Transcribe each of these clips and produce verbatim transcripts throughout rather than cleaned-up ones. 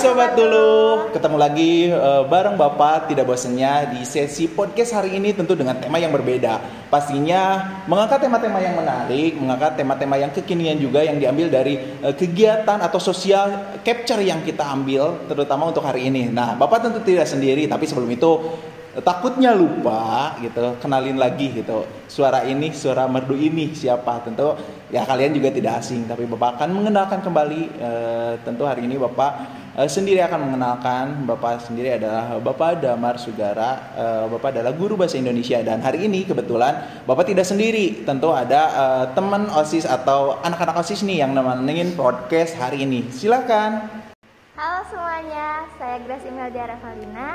Sobat Dulu, ketemu lagi uh, bareng Bapak tidak bosannya di sesi podcast hari ini tentu dengan tema yang berbeda. Pastinya mengangkat tema-tema yang menarik, mengangkat tema-tema yang kekinian juga yang diambil dari uh, kegiatan atau social capture yang kita ambil terutama untuk hari ini. Nah, Bapak tentu tidak sendiri, tapi sebelum itu takutnya lupa gitu, kenalin lagi gitu. Suara ini, suara merdu ini siapa? Tentu ya kalian juga tidak asing, tapi Bapak akan mengenalkan kembali. E, tentu hari ini Bapak e, sendiri akan mengenalkan. Bapak sendiri adalah Bapak Damar Sugara. E, Bapak adalah guru bahasa Indonesia dan hari ini kebetulan Bapak tidak sendiri. Tentu ada e, teman OSIS atau anak-anak OSIS nih yang nemenin podcast hari ini. Silakan. Halo semuanya, saya Grace Imelda Ravalina.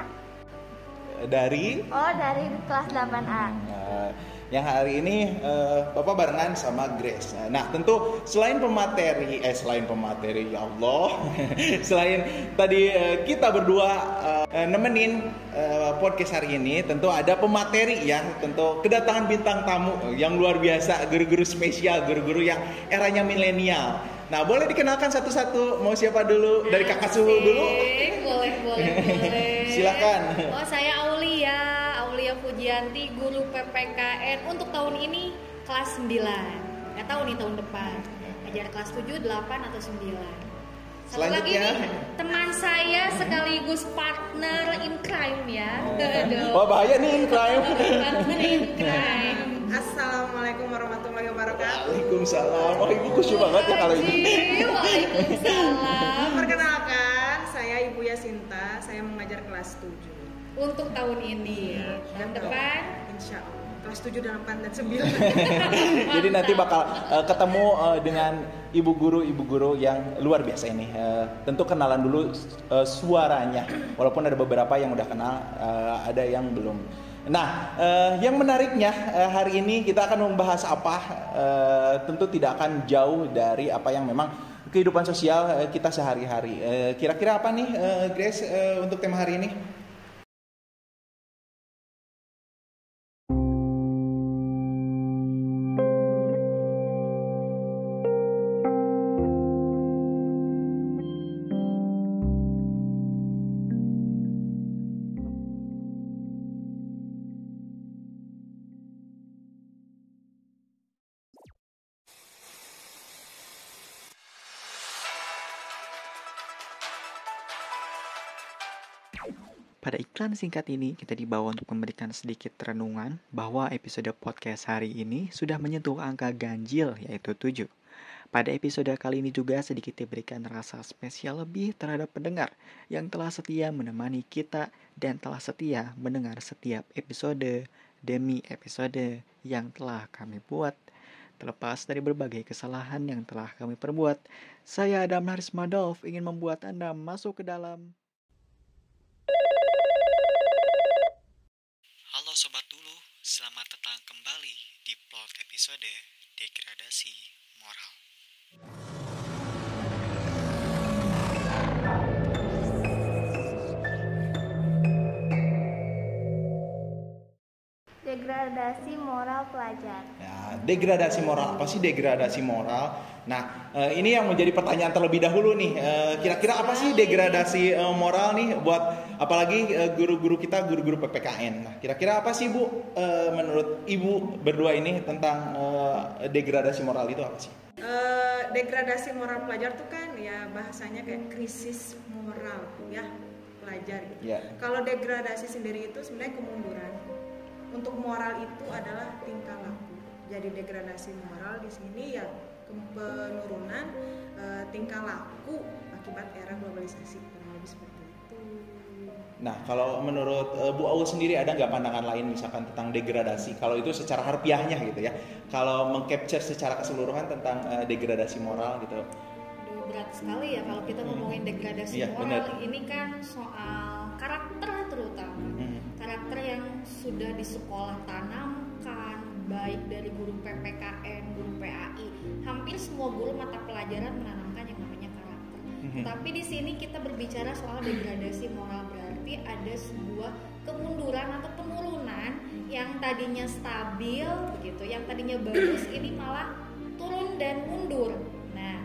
Dari? Oh, dari kelas delapan A. Nah, yang hari ini uh, Bapak barengan sama Grace. Nah, tentu selain pemateri, eh selain pemateri, ya Allah, selain tadi uh, kita berdua uh, nemenin uh, podcast hari ini, tentu ada pemateri ya, tentu kedatangan bintang tamu yang luar biasa, guru-guru spesial, guru-guru yang eranya milenial. Nah, boleh dikenalkan satu-satu. Mau siapa dulu? Dari kakak suhu dulu? Boleh, boleh, boleh. Silakan. Oh, saya Aulia, Aulia Pujianti, guru P P K N untuk tahun ini kelas sembilan. Gak tahu nih tahun depan. Ajar kelas tujuh, delapan atau sembilan. Satu lagi nih, teman saya sekaligus partner in crime ya. Wah, bahaya nih in crime. Partner in crime. Assalamualaikum warahmatullahi wabarakatuh. Waalaikumsalam. Oh, ibu khusyuk banget ya kalau ini. Waalaikumsalam. Perkenalkan, saya Ibu Yasinta. Saya mengajar kelas tujuh. Untuk tahun ini. Tahun depan insya Allah kelas tujuh, delapan dan sembilan. Jadi nanti bakal uh, ketemu uh, dengan ibu guru ibu guru yang luar biasa ini. Uh, tentu kenalan dulu uh, suaranya. Walaupun ada beberapa yang udah kenal, uh, ada yang belum. Nah, uh, yang menariknya uh, hari ini kita akan membahas apa? Uh, tentu tidak akan jauh dari apa yang memang kehidupan sosial uh, kita sehari-hari. Uh, kira-kira apa nih, uh, Grace, uh, untuk tema hari ini? Pada iklan singkat ini, kita dibawa untuk memberikan sedikit renungan bahwa episode podcast hari ini sudah menyentuh angka ganjil, yaitu tujuh. Pada episode kali ini juga sedikit diberikan rasa spesial lebih terhadap pendengar yang telah setia menemani kita dan telah setia mendengar setiap episode demi episode yang telah kami buat. Terlepas dari berbagai kesalahan yang telah kami perbuat, saya Adam Haris Madolf ingin membuat Anda masuk ke dalam. Halo Sobat Dulu, selamat datang kembali di plot episode Degradasi Moral. Degradasi moral pelajar. Nah, degradasi moral, apa sih degradasi moral? Nah, eh, ini yang menjadi pertanyaan terlebih dahulu nih. Eh, kira-kira apa sih degradasi eh, moral nih buat apalagi eh, guru-guru kita, guru-guru P P K N. Nah, kira-kira apa sih Bu eh, menurut Ibu berdua ini tentang eh, degradasi moral itu apa sih? Uh, degradasi moral pelajar tuh kan ya bahasanya kayak krisis moral ya pelajar gitu. Yeah. Kalau degradasi sendiri itu sebenarnya kemunduran. Untuk moral itu adalah tingkah laku. Jadi degradasi moral di sini ya penurunan e, tingkah laku akibat era globalisasi, kurang lebih seperti itu. Nah, kalau menurut e, Bu Aul sendiri ada nggak pandangan lain misalkan tentang degradasi? Kalau itu secara harfiahnya gitu ya. Kalau mengcapture secara keseluruhan tentang e, degradasi moral gitu. Aduh, berat sekali ya kalau kita ngomongin degradasi Iya, moral. benar. Ini kan soal karakter terutama. Hmm. Karakter yang sudah di sekolah tanamkan, baik dari guru P P K N, guru P A I, hampir semua guru mata pelajaran menanamkan yang namanya karakter. Mm-hmm. Tapi di sini kita berbicara soal degradasi moral, berarti ada sebuah kemunduran atau penurunan yang tadinya stabil begitu, yang tadinya bagus ini malah turun dan mundur. Nah, pas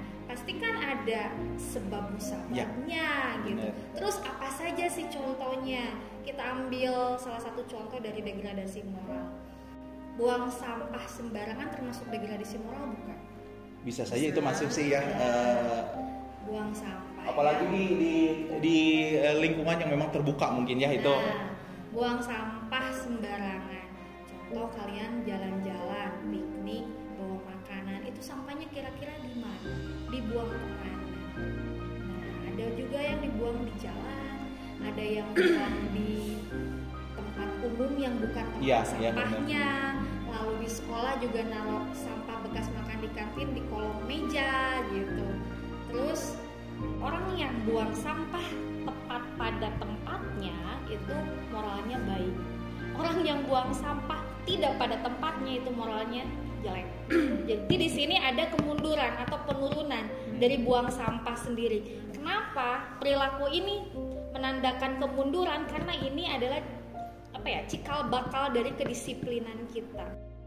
pasti kan ada sebab musababnya ya, gitu. Bener. Terus apa saja sih contohnya? Kita ambil salah satu contoh dari degradasi moral. Buang sampah sembarangan termasuk degradasi moral bukan? Bisa saja itu masuk sih ya. Uh, buang sampah. Apalagi ya. di di di lingkungan yang memang terbuka mungkin ya itu. Nah, buang sampah sembarangan. Contoh kalian jalan-jalan, piknik, bawa makanan, itu sampahnya kira-kira di mana? Dibuang kemana? Nah, ada juga yang dibuang di jalan, ada yang dibuang di tempat umum yang bukan tempat ya, sampahnya. Ya, lalu di sekolah juga naruh sampah bekas makan di kantin di kolong meja gitu. Terus orang yang buang sampah tepat pada tempatnya itu moralnya baik. Orang yang buang sampah tidak pada tempatnya itu moralnya jelek. Jadi di sini ada kemunduran atau penurunan dari buang sampah sendiri. Kenapa perilaku ini menandakan kemunduran? Karena ini adalah apa ya, cikal bakal dari kedisiplinan kita.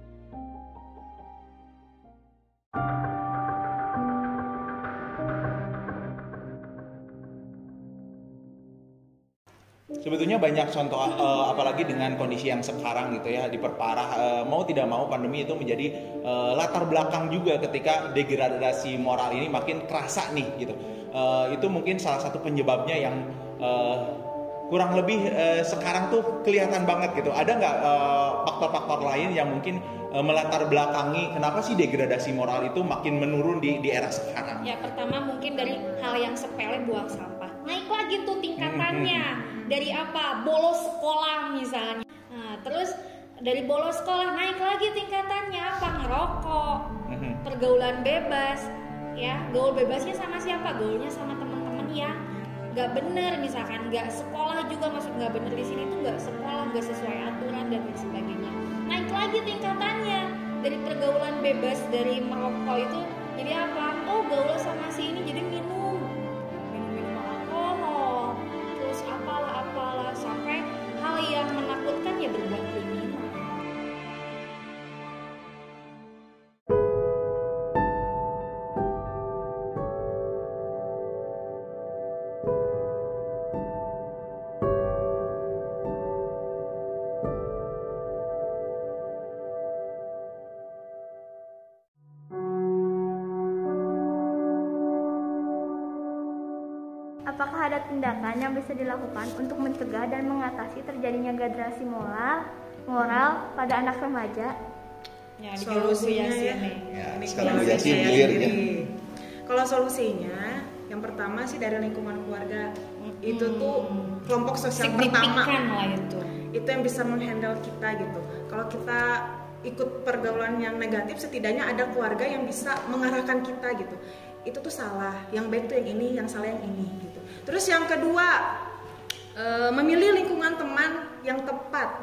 Sebetulnya banyak contoh, uh, apalagi dengan kondisi yang sekarang gitu ya, diperparah, uh, mau tidak mau pandemi itu menjadi uh, latar belakang juga ketika degradasi moral ini makin kerasa nih gitu. Uh, itu mungkin salah satu penyebabnya yang uh, kurang lebih uh, sekarang tuh kelihatan banget gitu. Ada nggak uh, faktor-faktor lain yang mungkin uh, melatar belakangi kenapa sih degradasi moral itu makin menurun di di era sekarang? Ya, pertama mungkin dari hal yang sepele, buang sampah. Naik lagi tuh tingkatannya. Hmm. Dari apa? Bolos sekolah misalnya. Nah, terus dari bolos sekolah naik lagi tingkatannya apa? Ngerokok, hmm. pergaulan bebas. Ya, gaul bebasnya sama siapa? Gaulnya sama teman-teman yang nggak bener, misalkan nggak sekolah juga masuk nggak bener di sini tuh nggak sekolah, nggak sesuai aturan dan lain sebagainya. Naik lagi tingkatannya dari pergaulan bebas dari merokok itu jadi apa? Oh, gaul sama si ini jadi minum, minum-minum alkohol, terus apalah-apalah sampai hal yang menakutkan ya berbuat kriminal. Apakah ada tindakan yang bisa dilakukan untuk mencegah dan mengatasi terjadinya degradasi moral, moral pada anak remaja? Ya, solusinya ya, ya ini sekarang kalau sih clear ya. Kalau solusinya, yang pertama sih dari lingkungan keluarga. Hmm. Itu tuh kelompok sosial pertama. Lah itu. Itu yang bisa menghandle kita gitu. Kalau kita ikut pergaulan yang negatif, setidaknya ada keluarga yang bisa mengarahkan kita gitu. Itu tuh salah, yang baik tuh yang ini, yang salah yang ini gitu. Terus yang kedua, e, memilih lingkungan teman yang tepat.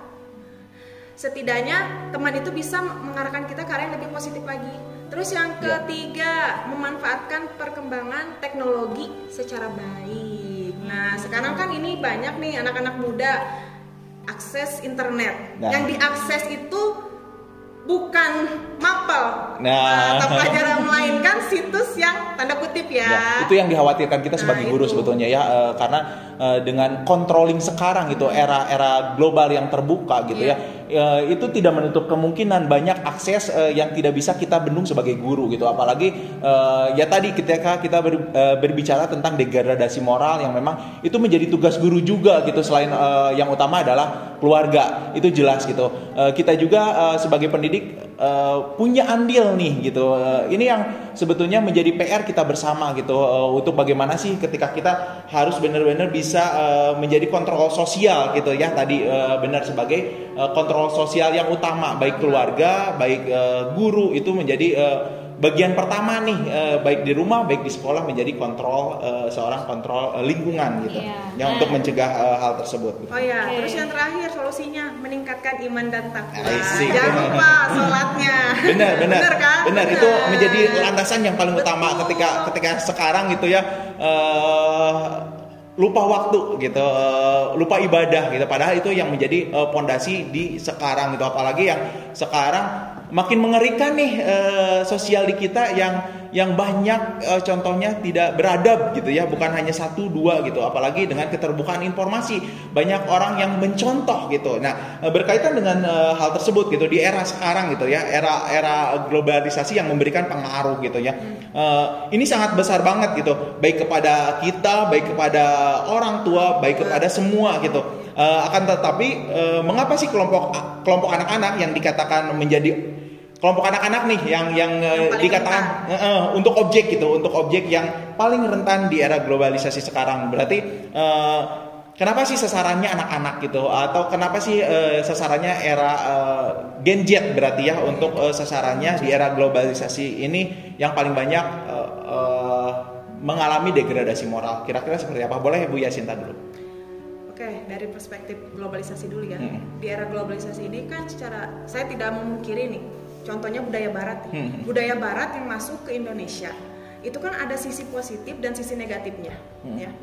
Setidaknya teman itu bisa mengarahkan kita ke arah yang lebih positif lagi. Terus yang ketiga, memanfaatkan perkembangan teknologi secara baik. Nah, sekarang kan ini banyak nih anak-anak muda akses internet. Nah. Yang diakses itu bukan mapel nah. atau pelajaran melainkan situs yang tanda kutip ya. ya itu yang dikhawatirkan kita sebagai nah, guru itu. Sebetulnya ya e, karena e, dengan controlling sekarang gitu, era-era global yang terbuka gitu yeah. ya e, itu tidak menutup kemungkinan banyak akses e, yang tidak bisa kita bendung sebagai guru gitu. Apalagi e, ya tadi ketika kita ber, e, berbicara tentang degradasi moral yang memang itu menjadi tugas guru juga gitu, selain e, yang utama adalah keluarga, itu jelas gitu. E, kita juga e, sebagai pendidik Uh, punya andil nih gitu. Uh, ini yang sebetulnya menjadi P R kita bersama gitu, uh, untuk bagaimana sih ketika kita harus benar-benar bisa uh, menjadi kontrol sosial gitu ya. Tadi uh, benar sebagai uh, kontrol sosial yang utama, baik keluarga, baik uh, guru itu menjadi uh, bagian pertama nih, eh, baik di rumah, baik di sekolah, menjadi kontrol eh, seorang kontrol eh, lingkungan gitu, yeah. yang nah. untuk mencegah eh, hal tersebut. Gitu. Oh ya, okay. Terus yang terakhir solusinya meningkatkan iman dan takwa. Jangan lupa sholatnya. Benar, benar, benar kan? Benar, itu menjadi landasan yang paling Betul. utama ketika ketika sekarang gitu ya. Eh, lupa waktu gitu, uh, lupa ibadah gitu, padahal itu yang menjadi pondasi uh, di sekarang gitu. Apalagi yang sekarang makin mengerikan nih uh, sosial di kita yang yang banyak uh, contohnya tidak beradab gitu ya, bukan hanya satu dua gitu, apalagi dengan keterbukaan informasi banyak orang yang mencontoh gitu. Nah uh, berkaitan dengan uh, hal tersebut gitu di era sekarang gitu ya, era era globalisasi yang memberikan pengaruh gitu ya, uh, ini sangat besar banget gitu, baik kepada kita, baik kepada orang tua, baik kepada semua gitu. Uh, akan tetapi uh, mengapa sih kelompok kelompok anak-anak yang dikatakan menjadi kelompok anak-anak nih yang yang, yang dikatakan uh, uh, untuk objek gitu, untuk objek yang paling rentan di era globalisasi sekarang. Berarti uh, kenapa sih sasarannya anak-anak gitu, atau kenapa sih uh, sasarannya era uh, Gen Z berarti ya, untuk uh, sasarannya di era globalisasi ini yang paling banyak uh, uh, mengalami degradasi moral. Kira-kira seperti apa? Boleh Bu Yasinta dulu. Oke, dari perspektif globalisasi dulu ya. Hmm. Di era globalisasi ini kan secara, saya tidak memungkiri nih, contohnya budaya barat. Hmm. Budaya barat yang masuk ke Indonesia, itu kan ada sisi positif dan sisi negatifnya. Hmm. Ya.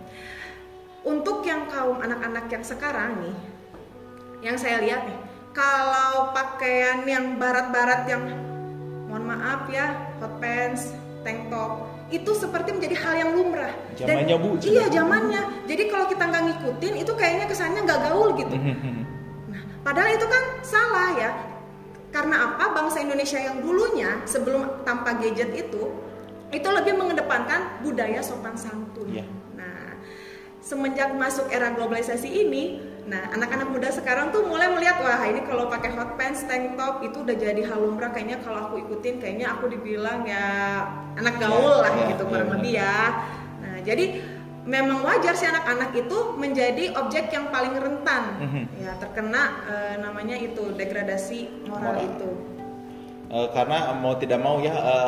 Untuk yang kaum anak-anak yang sekarang nih, yang saya lihat nih, kalau pakaian yang barat-barat yang, mohon maaf ya, hot pants, tank top, itu seperti menjadi hal yang lumrah. Zamannya Bu. Iya, zamannya. Jadi kalau kita nggak ngikutin, itu kayaknya kesannya nggak gaul gitu. Nah, padahal itu kan salah ya. Karena apa? Bangsa Indonesia yang dulunya sebelum tanpa gadget itu, itu lebih mengedepankan budaya sopan santun. Yeah. Nah, semenjak masuk era globalisasi ini, nah anak-anak muda sekarang tuh mulai melihat, wah ini kalau pakai hot pants, tank top itu udah jadi hal lumrah. Kayaknya kalau aku ikutin, kayaknya aku dibilang ya anak gaul lah yeah, gitu yeah, kurang yeah. lebih ya. Nah, jadi memang wajar sih anak-anak itu menjadi objek yang paling rentan mm-hmm. ya terkena e, namanya itu degradasi moral, moral. itu. E, karena mau tidak mau ya e,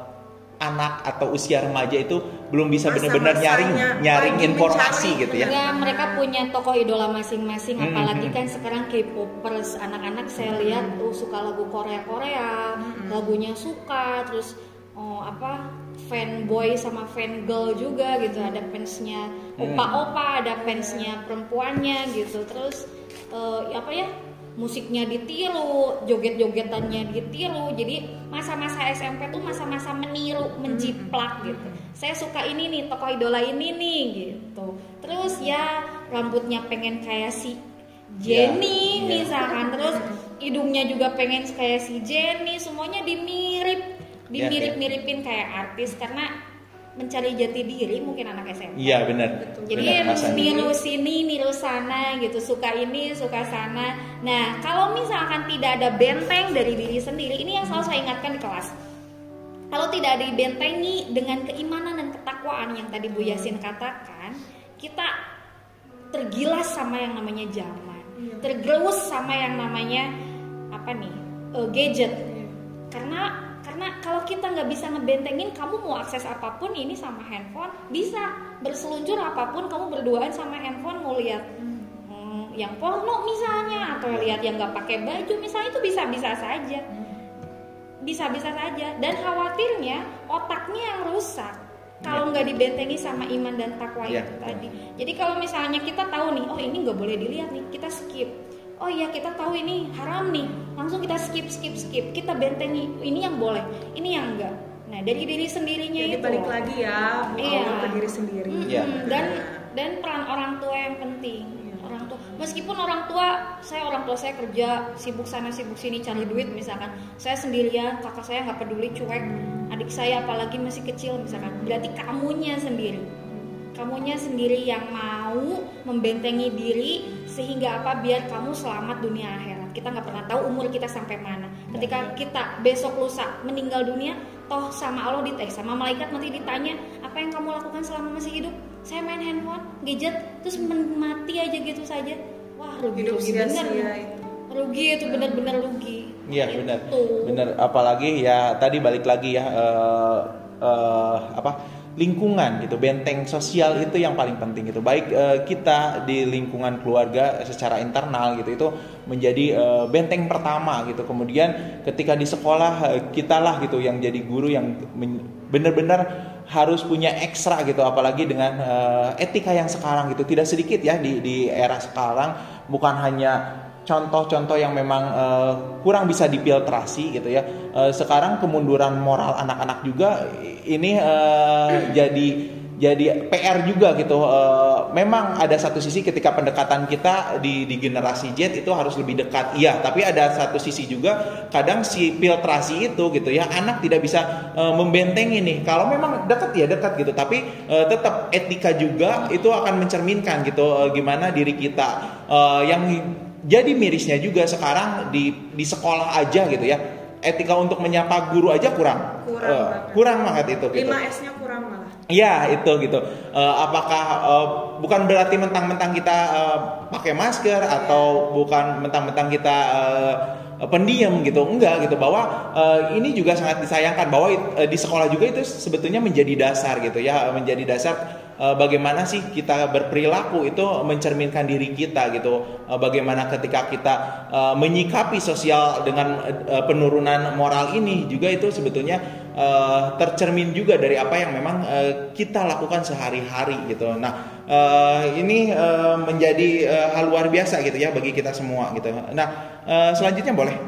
anak atau usia remaja itu belum bisa benar-benar nyaring nyaring informasi mencari, gitu ya. Ya, mereka punya tokoh idola masing-masing, mm-hmm. apalagi kan sekarang K-popers, anak-anak saya lihat tuh suka lagu Korea-Korea, mm-hmm. lagunya suka, terus oh apa fanboy sama fangirl juga gitu, ada fansnya opa-opa, ada fansnya perempuannya gitu, terus uh, apa ya musiknya ditiru, joget-jogetannya ditiru, jadi masa-masa S M P tuh masa-masa meniru, menjiplak gitu. Saya suka ini nih, tokoh idola ini nih gitu. Terus ya rambutnya pengen kayak si Jennie yeah, misalkan, yeah. terus hidungnya juga pengen kayak si Jennie, semuanya dimirip dimirip-miripin kayak artis karena mencari jati diri mungkin anak S M P. Iya benar. Jadi niru sini, niru sana gitu, suka ini, suka sana. Nah kalau misalkan tidak ada benteng dari diri sendiri, ini yang selalu saya ingatkan di kelas. Kalau tidak ada dibentengi dengan keimanan dan ketakwaan yang tadi Bu Yasin katakan, kita tergilas sama yang namanya zaman, tergerus sama yang namanya apa nih uh, gadget. Karena Karena kalau kita nggak bisa ngebentengin, kamu mau akses apapun ini sama handphone, bisa berseluncur apapun, kamu berduaan sama handphone, mau lihat hmm, yang porno misalnya, atau lihat yang nggak pakai baju misalnya, itu bisa-bisa saja, bisa-bisa saja. Dan khawatirnya otaknya yang rusak kalau nggak dibentengi sama iman dan takwa yeah. itu tadi. Jadi kalau misalnya kita tahu nih, oh ini nggak boleh dilihat nih, kita skip. Oh iya kita tahu ini haram nih, langsung kita skip skip skip, kita bentengi ini yang boleh, ini yang enggak. Nah dari diri sendirinya jadi itu balik lagi ya, iya. ke diri sendiri. Mm-hmm. Yeah. Dan dan peran orang tua yang penting. Yeah. Orang tua, meskipun orang tua, saya orang tua saya kerja sibuk sana sibuk sini cari duit misalkan, saya sendirian, kakak saya nggak peduli cuek, adik saya apalagi masih kecil misalkan, berarti kamunya sendiri. Kamunya sendiri yang mau membentengi diri sehingga apa, biar kamu selamat dunia akhirat. Kita nggak pernah tahu umur kita sampai mana. Ketika kita besok lusa meninggal dunia, toh sama Allah ditanya, sama malaikat nanti ditanya, apa yang kamu lakukan selama masih hidup? Saya main handphone, gadget, terus mati aja gitu saja. Wah rugi, hidup rugi bener. Rugi itu benar-benar rugi. Iya benar. Benar. Apalagi ya tadi balik lagi ya uh, uh, apa? lingkungan gitu, benteng sosial itu yang paling penting gitu. Baik uh, kita di lingkungan keluarga secara internal gitu, itu menjadi uh, benteng pertama gitu. Kemudian ketika di sekolah uh, kita lah gitu yang jadi guru yang men- benar-benar harus punya ekstra gitu, apalagi dengan uh, etika yang sekarang gitu. Tidak sedikit ya di di era sekarang, bukan hanya contoh-contoh yang memang uh, kurang bisa difiltrasi gitu ya. Uh, sekarang kemunduran moral anak-anak juga ini uh, jadi jadi P R juga gitu. Uh, memang ada satu sisi ketika pendekatan kita di, di generasi Z itu harus lebih dekat, iya. Tapi ada satu sisi juga kadang si filtrasi itu gitu ya, anak tidak bisa uh, membentengi nih. Kalau memang dekat ya dekat gitu, tapi uh, tetap etika juga itu akan mencerminkan gitu uh, gimana diri kita. Uh, yang jadi mirisnya juga sekarang di di sekolah aja gitu ya, etika untuk menyapa guru aja kurang, kurang, uh, kurang banget itu. lima S-nya kurang malah. Iya itu gitu. Uh, apakah uh, bukan berarti mentang-mentang kita uh, pakai masker atau bukan mentang-mentang kita uh, pendiam gitu, enggak gitu, bahwa uh, ini juga sangat disayangkan bahwa uh, di sekolah juga itu sebetulnya menjadi dasar gitu ya, menjadi dasar uh, bagaimana sih kita berperilaku itu mencerminkan diri kita gitu, uh, bagaimana ketika kita uh, menyikapi sosial dengan uh, penurunan moral ini juga itu sebetulnya Uh, tercermin juga dari apa yang memang uh, kita lakukan sehari-hari gitu. Nah uh, ini uh, menjadi uh, hal luar biasa gitu ya bagi kita semua gitu. Nah uh, selanjutnya boleh.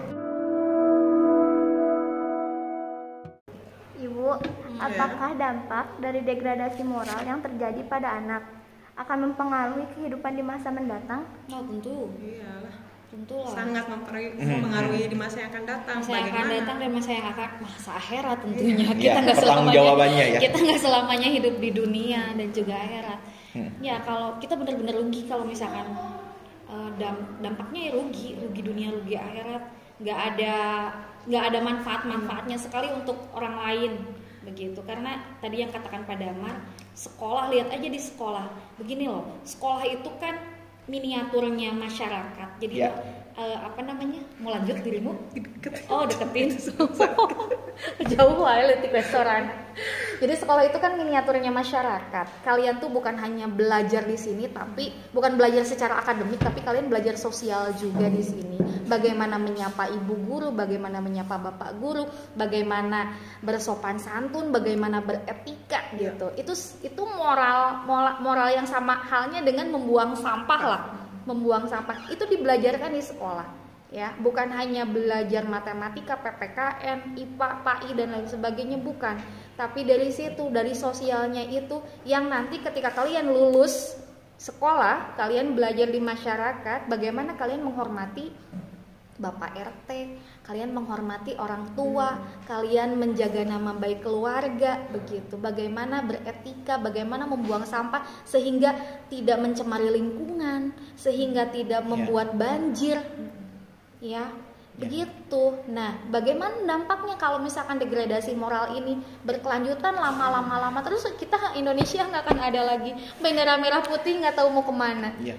Ibu, apakah dampak dari degradasi moral yang terjadi pada anak akan mempengaruhi kehidupan di masa mendatang? Oh tentu. Iyalah. Tentulah. Sangat mempengaruhi, mempengaruhi di masa yang akan datang. Masa yang akan Bagaimana? datang dan masa yang akan masa akhirat tentunya. Ya, Kita nggak selamanya jawabannya ya. kita nggak selamanya hidup di dunia dan juga akhirat. Hmm. Ya kalau kita benar-benar rugi kalau misalkan uh, dampaknya ya rugi, rugi dunia, rugi akhirat. Nggak ada nggak ada manfaat-manfaatnya sekali untuk orang lain begitu. Karena tadi yang katakan Pak Damar, sekolah, lihat aja di sekolah. Begini loh, sekolah itu kan miniaturnya masyarakat. Jadi ya. uh, apa namanya? Mau lanjut dirimu? Oh, deketin. Jauh lah letik restoran. Jadi sekolah itu kan miniaturnya masyarakat. Kalian tuh bukan hanya belajar di sini, tapi bukan belajar secara akademik, tapi kalian belajar sosial juga di sini. Bagaimana menyapa ibu guru, bagaimana menyapa bapak guru, bagaimana bersopan santun, bagaimana beretika gitu. Itu itu moral moral, moral yang sama halnya dengan membuang sampah lah. Membuang sampah itu dibelajarkan di sekolah. Ya, bukan hanya belajar matematika, P P K N, I P A, P A I dan lain sebagainya, bukan. Tapi dari situ, dari sosialnya itu yang nanti ketika kalian lulus sekolah, kalian belajar di masyarakat, bagaimana kalian menghormati Bapak R T, kalian menghormati orang tua, kalian menjaga nama baik keluarga, begitu. Bagaimana beretika, bagaimana membuang sampah sehingga tidak mencemari lingkungan, sehingga tidak membuat banjir. Ya, begitu. Nah, bagaimana dampaknya kalau misalkan degradasi moral ini berkelanjutan lama-lama lama terus, kita Indonesia nggak akan ada lagi bendera merah putih, nggak tahu mau kemana. Ya.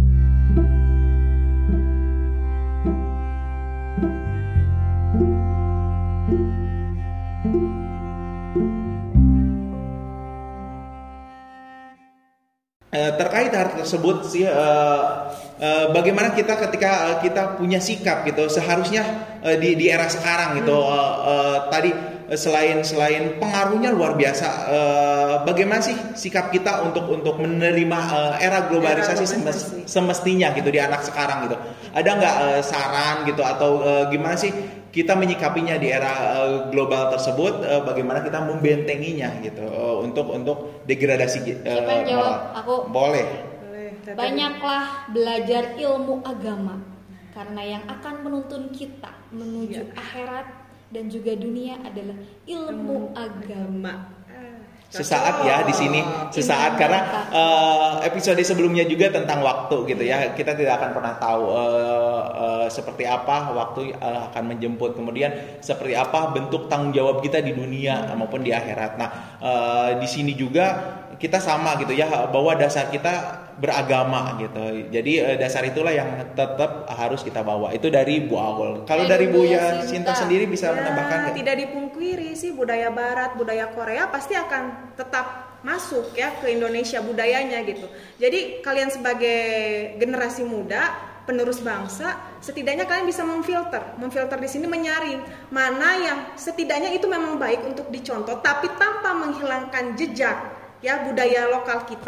Terkait hal tersebut sih, uh, uh, bagaimana kita ketika uh, kita punya sikap gitu, seharusnya uh, di di era sekarang gitu, hmm. uh, uh, tadi uh, selain selain pengaruhnya luar biasa, uh, bagaimana sih sikap kita untuk untuk menerima uh, era globalisasi, era globalisasi. semestinya gitu di anak sekarang gitu, ada nggak uh, saran gitu atau uh, gimana sih kita menyikapinya di era uh, global tersebut, uh, bagaimana kita membentenginya gitu uh, untuk untuk degradasi uh, Siapa yang jawab? Aku boleh. Banyaklah belajar ilmu agama karena yang akan menuntun kita menuju ya. akhirat dan juga dunia adalah ilmu hmm. agama. Sesaat ya di sini, sesaat karena uh, episode sebelumnya juga tentang waktu gitu ya. Kita tidak akan pernah tahu uh, uh, seperti apa waktu uh, akan menjemput, kemudian seperti apa bentuk tanggung jawab kita di dunia maupun di akhirat. Nah, uh, di sini juga kita sama gitu ya, bahwa dasar kita beragama gitu. Jadi uh, dasar itulah yang tetap harus kita bawa. Itu dari Bu Aul. Kalau dari Bu ya Sinta sendiri bisa ya, menambahkan? Tidak dipungkiri sih, budaya Barat, budaya Korea pasti akan tetap masuk ya ke Indonesia budayanya gitu. Jadi kalian sebagai generasi muda, penerus bangsa, setidaknya kalian bisa memfilter, memfilter di sini, menyaring mana yang setidaknya itu memang baik untuk dicontoh, tapi tanpa menghilangkan jejak ya budaya lokal kita.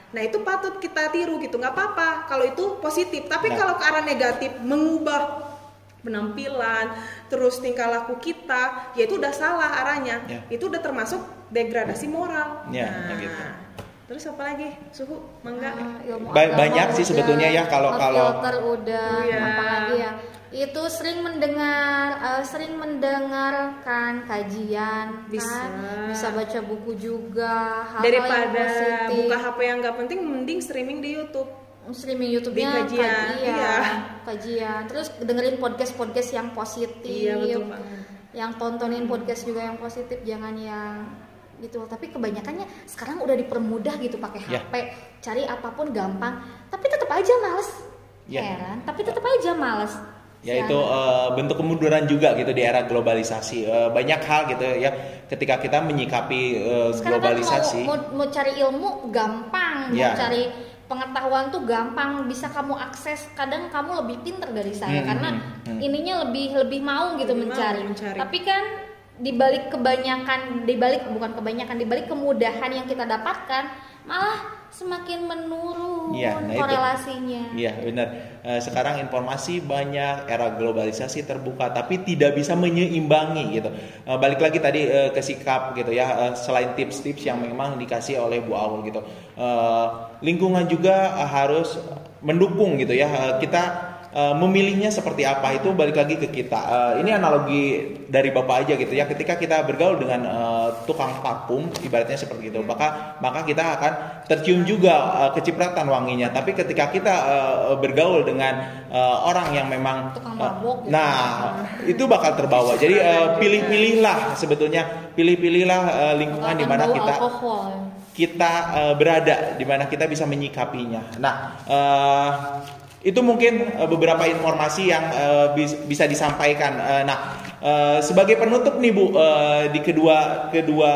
Nah itu patut kita tiru gitu, nggak apa-apa kalau itu positif. Tapi Nah. kalau ke arah negatif, mengubah penampilan, terus tingkah laku kita, ya itu udah salah arahnya. Ya. Itu udah termasuk degradasi moral. Ya, nah, gitu. Terus apa lagi? Suhu, mangga. Ah, ilmu Ba- agama banyak sih udah, sebetulnya ya kalau- kalau- ngefilter udah, Iya. apalagi ya itu sering mendengar eh, sering mendengarkan kajian Bisa. kan, bisa baca buku juga, hal-hal yang Daripada positif. buka H P yang nggak penting, mending streaming di YouTube. Streaming YouTube-nya Di kajian, kajian, iya. kajian. Terus dengerin podcast-podcast yang positif. Iya betul banget. Yang tontonin podcast juga yang positif, jangan yang gitu. Tapi kebanyakannya sekarang udah dipermudah gitu pakai Ya. H P, cari apapun gampang. Tapi tetap aja males. Ya. Heran, tapi tetap aja males. Ya itu eh, bentuk kemunduran juga gitu di era globalisasi. Eh, banyak hal gitu ya ketika kita menyikapi eh, Sekarang globalisasi. kan mau, mau, mau cari ilmu gampang, Ya. mau cari pengetahuan tuh gampang, bisa kamu akses. Kadang kamu lebih pintar dari saya Hmm, karena hmm, hmm. ininya lebih lebih mau gitu Lebih mau mencari. mencari. Tapi kan dibalik kebanyakan, dibalik bukan kebanyakan, dibalik kemudahan yang kita dapatkan, malah semakin menurun Iya, nah itu. korelasinya. Iya benar. Eh, sekarang informasi banyak, era globalisasi terbuka, tapi tidak bisa menyeimbangi gitu. Eh, balik lagi tadi eh, ke sikap gitu ya. Eh, selain tips-tips yang memang dikasih oleh Bu Aul gitu, eh, lingkungan juga eh, harus mendukung gitu ya. Eh, kita eh, memilihnya seperti apa itu balik lagi ke kita. Eh, ini analogi dari Bapak aja gitu ya. Ketika kita bergaul dengan eh, tukang parfum, ibaratnya seperti itu, maka maka kita akan tercium juga uh, kecipratan wanginya. Tapi ketika kita uh, bergaul dengan uh, orang yang memang Tukang uh, mabok gitu. nah itu bakal terbawa. Jadi uh, pilih-pilihlah sebetulnya, pilih-pilihlah uh, lingkungan di mana Bau kita alkohol. kita uh, berada, di mana kita bisa menyikapinya. Nah, uh, itu mungkin uh, beberapa informasi yang uh, bis, bisa disampaikan. Uh, nah, uh, sebagai penutup nih Bu, uh, di kedua kedua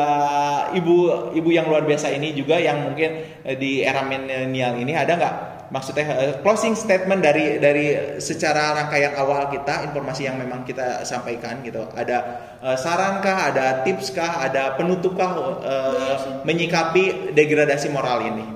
ibu ibu yang luar biasa ini juga yang mungkin uh, di era milenial ini ada nggak maksudnya uh, closing statement dari dari secara rangkaian awal kita, informasi yang memang kita sampaikan gitu. Ada uh, sarankah, ada tipskah, ada penutupkah uh, menyikapi degradasi moral ini?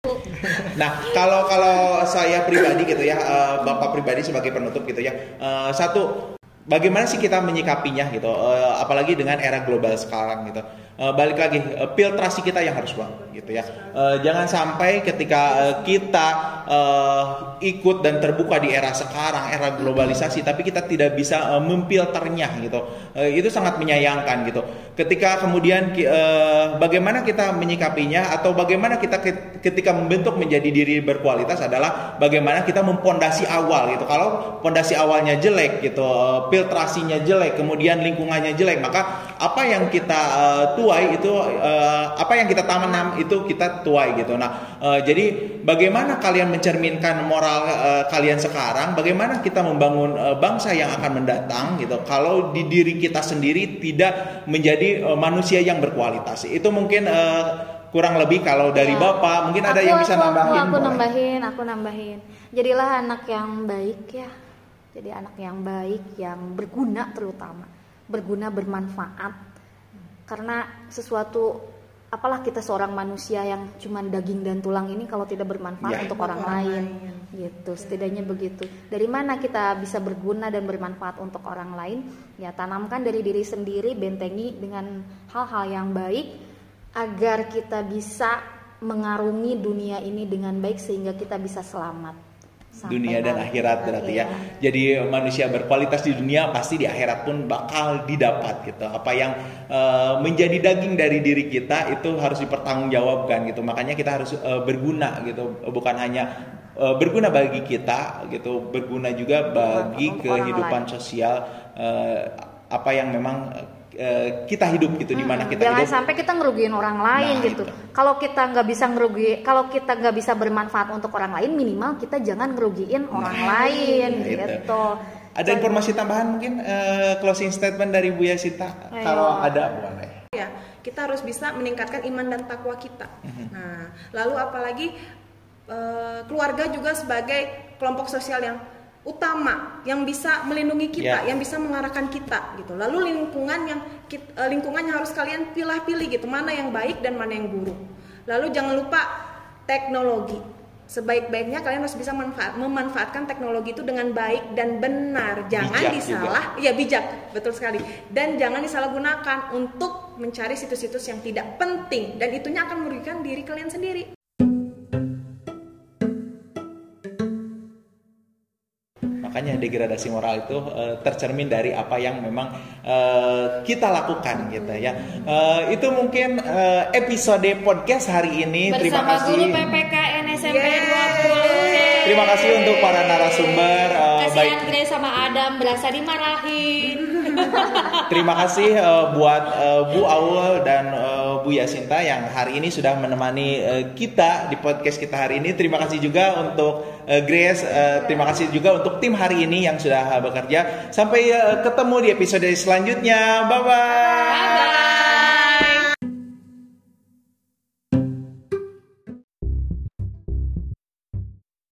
Nah, kalau kalau saya pribadi gitu ya, uh, Bapak pribadi sebagai penutup gitu ya, uh, satu, bagaimana sih kita menyikapinya gitu, uh, apalagi dengan era global sekarang gitu. Uh, balik lagi, uh, filtrasi kita yang harus bangun gitu ya. Uh, jangan sampai ketika uh, kita uh, ikut dan terbuka di era sekarang, era globalisasi, tapi kita tidak bisa uh, memfilternya gitu. Uh, itu sangat menyayangkan gitu. Ketika kemudian uh, bagaimana kita menyikapinya atau bagaimana kita ketika membentuk menjadi diri berkualitas adalah bagaimana kita mempondasi awal gitu. Kalau pondasi awalnya jelek gitu, uh, filtrasinya jelek, kemudian lingkungannya jelek, maka apa yang kita uh, tuai itu uh, apa yang kita tanam itu kita tuai gitu. Nah, uh, jadi bagaimana kalian mencerminkan moral uh, kalian sekarang, bagaimana kita membangun uh, bangsa yang akan mendatang gitu. Kalau di diri kita sendiri tidak menjadi uh, manusia yang berkualitas. Itu mungkin uh, kurang lebih kalau dari Ya. Bapak mungkin ada Aku- yang bisa aku- nambahin. Aku, aku boleh. nambahin, aku nambahin. Jadilah anak yang baik ya. Jadi anak yang baik, yang berguna terutama, berguna, bermanfaat. Karena sesuatu, apalah kita seorang manusia yang cuman daging dan tulang ini kalau tidak bermanfaat Ya. untuk orang lain, gitu. Setidaknya begitu. Dari mana kita bisa berguna dan bermanfaat untuk orang lain? Ya tanamkan dari diri sendiri, bentengi dengan hal-hal yang baik agar kita bisa mengarungi dunia ini dengan baik sehingga kita bisa selamat. Sampai Dunia dan nanti. akhirat berarti ya. Jadi manusia berkualitas di dunia pasti di akhirat pun bakal didapat gitu. Apa yang uh, menjadi daging dari diri kita itu harus dipertanggungjawabkan gitu. Makanya kita harus uh, berguna gitu. Bukan hanya uh, berguna bagi kita gitu, berguna juga bagi Untuk kehidupan orang lain. sosial uh, apa yang memang uh, kita hidup gitu, di mana kita Jangan hidup. sampai kita ngerugiin orang lain Nah, gitu. itu. Kalau kita nggak bisa ngerugi, kalau kita nggak bisa bermanfaat untuk orang lain, minimal kita jangan ngerugiin orang lain itu. gitu. Ada informasi tambahan mungkin uh, closing statement dari Bu Yasita? Ayo. Kalau ada boleh. Ya, kita harus bisa meningkatkan iman dan takwa kita. Nah, lalu apalagi eh, keluarga juga sebagai kelompok sosial yang utama yang bisa melindungi kita, Ya. yang bisa mengarahkan kita gitu. Lalu lingkungan yang kit- eh, lingkungan yang harus kalian pilih-pilih gitu, mana yang baik dan mana yang buruk. Lalu jangan lupa teknologi. Sebaik-baiknya kalian harus bisa manfaat, memanfaatkan teknologi itu dengan baik dan benar. Jangan bijak disalah, ya bijak, betul sekali. Dan jangan disalahgunakan untuk mencari situs-situs yang tidak penting dan itunya akan merugikan diri kalian sendiri. Makanya degradasi moral itu uh, tercermin dari apa yang memang uh, kita lakukan gitu ya. Uh, itu mungkin uh, episode podcast hari ini. Bersama Terima kasih. Guru P P K N S M P dua puluh. Terima kasih untuk para narasumber. Uh, Kasihan baik. Grace sama Adam berasa dimarahin. Terima kasih uh, buat uh, Bu Aul dan uh, Bu Yasinta yang hari ini sudah menemani uh, kita di podcast kita hari ini. Terima kasih juga untuk uh, Grace. Uh, terima kasih juga untuk tim hari ini yang sudah uh, bekerja. Sampai uh, ketemu di episode selanjutnya. Bye bye. Bye bye.